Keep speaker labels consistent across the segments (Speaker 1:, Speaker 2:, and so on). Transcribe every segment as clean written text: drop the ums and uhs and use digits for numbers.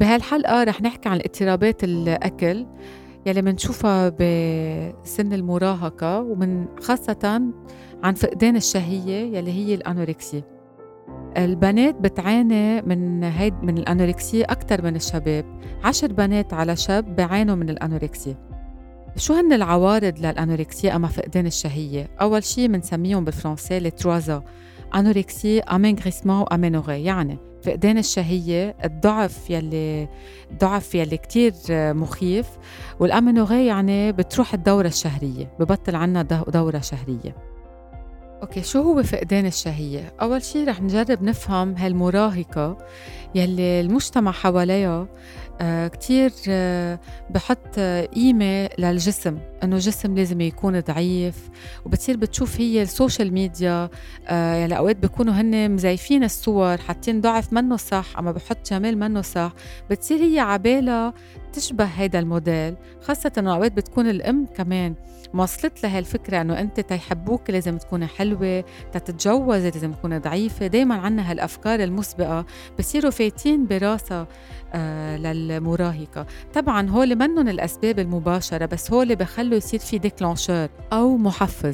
Speaker 1: بهالحلقة رح نحكي عن اضطرابات الأكل يلي منشوفها بسن المراهقة ومن خاصة عن فقدان الشهية يلي هي الأنوركسيا. البنات بتعاني من الأنوركسيا أكتر من الشباب. 10 بنات على شاب بيعانوا من الأنوركسيا. شو هن العوارض للأنوركسيا أما فقدان الشهية؟ أول شي منسميهم بالفرنسي لي تروازا: أنوركسيا، أمينغريسمون وأمينوري، يعني فقدان الشهية، الضعف يلي كتير مخيف، والأمينوري يعني بتروح الدورة الشهرية، ببطل عنا دورة شهرية. أوكي، شو هو فقدان الشهية؟ أول شي رح نجرب نفهم هالمراهقة يلي المجتمع حواليها كتير بحط قيمة للجسم، إنه الجسم لازم يكون ضعيف، وبتصير بتشوف هي السوشيال ميديا يلي أوقات بيكونوا هن مزيفين الصور، حاطين ضعف منه صح أما بحط جمال منه صح، بتصير هي عبالة تشبه هيدا الموديل. خاصة إنه أوقات بتكون الأم كمان موصلت لها الفكرة إنه أنت تيحبوك لازم تكوني حلوة، تتجوزي لازم تكوني ضعيفة. دايما عنا هالأفكار المسبقة بصيروا فايتين براسها للمراهقة. طبعا هول منن الأسباب المباشرة، بس هول بخلوا يصير في ديكلانشور أو محفز،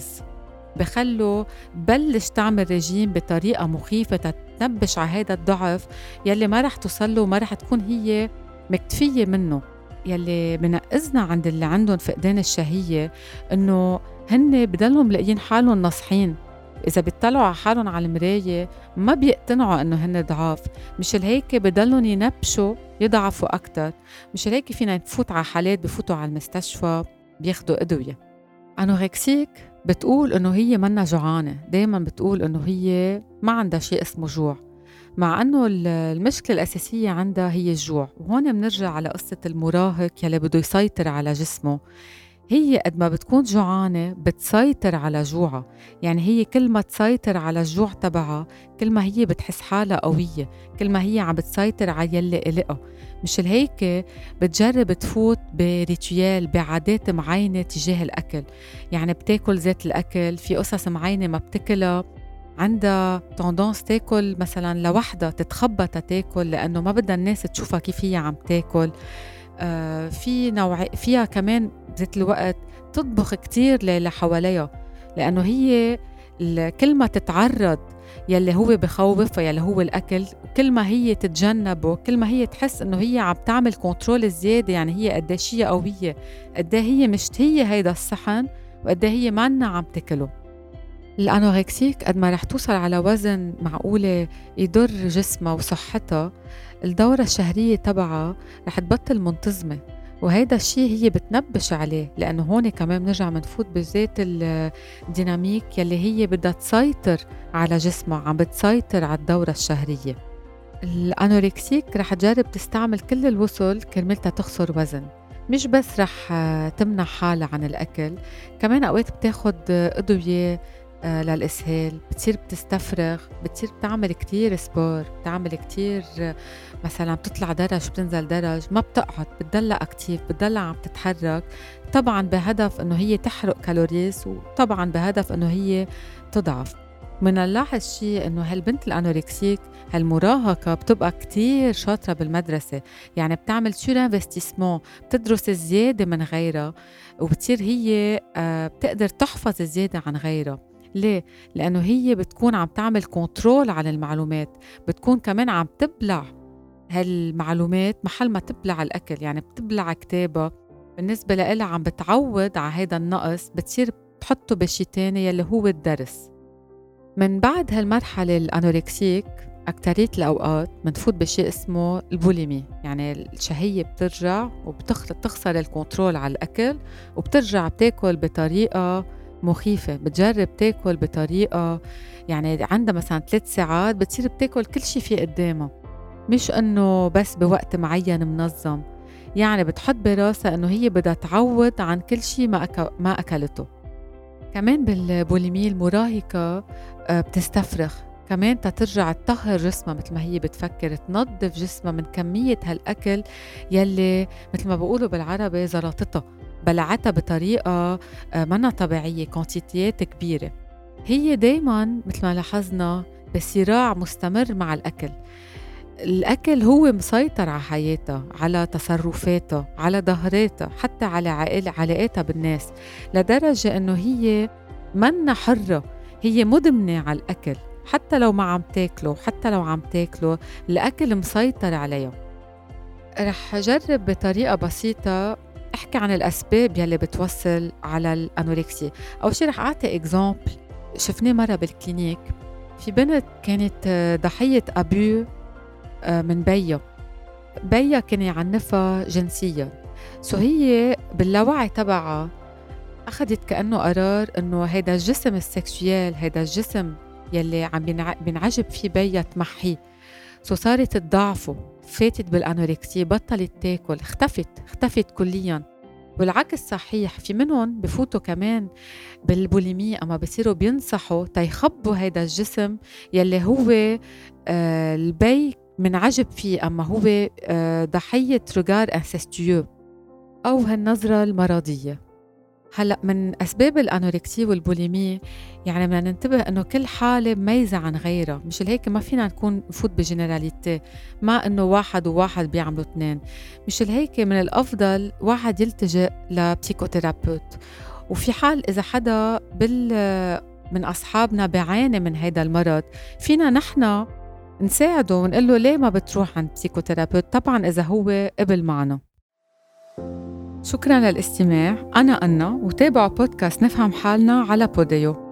Speaker 1: بخلوا بلش تعمل رجيم بطريقة مخيفة تتنبش على هذا الضعف يلي ما رح توصله وما رح تكون هي مكتفية منه. يلي بنقزنا عند اللي عندهم فقدان الشهية إنه هن بدلهم لاقيين حالهم نصحين. إذا بيطلعوا على حالهم على المراية ما بيقتنعوا إنه هن ضعاف، مش الهيك بدلهم ينبشوا يضعفوا أكتر. مش الهيك فينا نفوت على حالات بفوتوا على المستشفى بياخدوا أدوية. أنوركسيك بتقول إنه هي منا جوعانة، دايما بتقول إنه هي ما عندها شيء اسمه جوع، مع أنه المشكلة الأساسية عندها هي الجوع. وهون منرجع على قصة المراهق يلي بده يسيطر على جسمه. هي قد ما بتكون جوعانة بتسيطر على جوعها، يعني هي كل ما تسيطر على الجوع تبعها كل ما هي بتحس حالها قوية، كل ما هي عم بتسيطر على يلي قلقها. مش الهيك بتجرب تفوت بريتويال، بعادات معينة تجاه الأكل، يعني بتاكل زيت الأكل، في قصص معينة ما بتاكلها، عندها تندونس تاكل مثلا لوحدها، تتخبى تاكل لأنه ما بدها الناس تشوفها كيف هي عم تاكل. في نوع فيها كمان بذات الوقت تطبخ كتير اللي حواليها، لأنه هي كل ما تتعرض يلي هو بخوف يلي هو الأكل، كل ما هي تتجنبه، كل ما هي تحس إنه هي عم تعمل كنترول زيادة، يعني هي قديش هي قوية، قديه هي مشتهية هيدا الصحن، وقديه هي مانا عم تاكله. الأنوركسيك قد ما رح توصل على وزن معقولة يضر جسمها وصحتها، الدورة الشهرية تبعها رح تبطل منتظمة، وهيدا الشيء هي بتنبش عليه، لأنه هون كمان بنرجع منفوت بذات الديناميك يلي هي بدها تسيطر على جسمها، عم بتسيطر على الدورة الشهرية. الأنوركسيك رح تجرب تستعمل كل الوسل كرمالتا تخسر وزن، مش بس رح تمنع حالها عن الأكل، كمان أوقات بتاخد أدوية للإسهال، بتصير بتستفرغ، بتصير بتعمل كتير سبور، بتعمل كتير مثلا بتطلع درج بتنزل درج، ما بتقعد، بتضلها أكتيف، بتضلها عم تتحرك، طبعا بهدف إنه هي تحرق كالوريز، وطبعا بهدف إنه هي تضعف. من نلاحظ شيء إنه هالبنت الأنوركسيك هالمراهقة بتبقى كتير شاطرة بالمدرسة، يعني بتعمل سور انفستيسمون، بتدرس زيادة من غيرها، وبتصير هي بتقدر تحفظ زيادة عن غيرها. ليه؟ لأنه هي بتكون عم تعمل كنترول على المعلومات، بتكون كمان عم تبلع هالمعلومات محل ما تبلع الأكل، يعني بتبلع كتابة. بالنسبة لإلها عم بتعود على هيدا النقص، بتصير بتحطه بشي تاني يلي هو الدرس. من بعد هالمرحلة الأنوركسيك أكترية الأوقات منفوت بشيء اسمه البوليمي، يعني الشهية بترجع وبتخسر الكنترول على الأكل، وبترجع بتاكل بطريقة مخيفة، بتجرب تاكل بطريقة يعني عندها مثلا 3 ساعات بتصير بتاكل كل شي في قدامها، مش إنه بس بوقت معين منظم، يعني بتحط براسها إنه هي بدها تعوض عن كل شي ما أكلته. كمان بالبوليمية المراهقة بتستفرغ كمان تترجع تطهر جسمها، مثل ما هي بتفكر تنظف جسمها من كمية هالأكل يلي مثل ما بقولوا بالعربي زلطتها، بلعتها بطريقة منا طبيعية، كونتيتيات كبيرة. هي دايما مثل ما لاحظنا بصراع مستمر مع الأكل، الأكل هو مسيطر على حياتها، على تصرفاتها، على ظهراتها، حتى على علاقاتها بالناس، لدرجة إنه هي منا حرة، هي مدمنة على الأكل. حتى لو ما عم تاكله، حتى لو عم تاكله، الأكل مسيطر عليها. رح أجرب بطريقة بسيطة أحكي عن الأسباب يلي بتوصل على الأنوركسيا. أول شي رح أعطي إكزامبل شفناه مرة بالكلينيك. في بنت كانت ضحية أبو من بيا كان يعنفها جنسيا. هي باللاوعي تبعها أخذت كأنه قرار إنه هيدا الجسم السكسويال، هيدا الجسم يلي عم بينعجب فيه بيا تمحيه. صارت تضعفه، فاتت بالأنوركسيا، بطلت تاكل، اختفت كليا. والعكس صحيح، في منهم بفوتوا كمان بالبوليمية، أما بصيروا بينصحوا تيخبوا هيدا الجسم يلي هو البي منعجب فيه، أما هو ضحية رجار انسستيو أو هالنظرة المرضية. هلأ من أسباب الأنوركسيا والبوليمية يعني بدنا ننتبه إنه كل حالة مميزة عن غيرها، مش هيك ما فينا نفوت بجنراليتي، ما إنه واحد وواحد بيعملوا اثنين. مش هيك من الأفضل واحد يلتجئ لبسيكوثيرابيوت. وفي حال إذا حدا من أصحابنا بيعاني من هيدا المرض، فينا نحن نساعده ونقول له ليه ما بتروح عند بسيكوثيرابيوت، طبعا إذا هو قبل معنا. شكرا للاستماع. أنا أنا وتابعوا بودكاست نفهم حالنا على بوديو.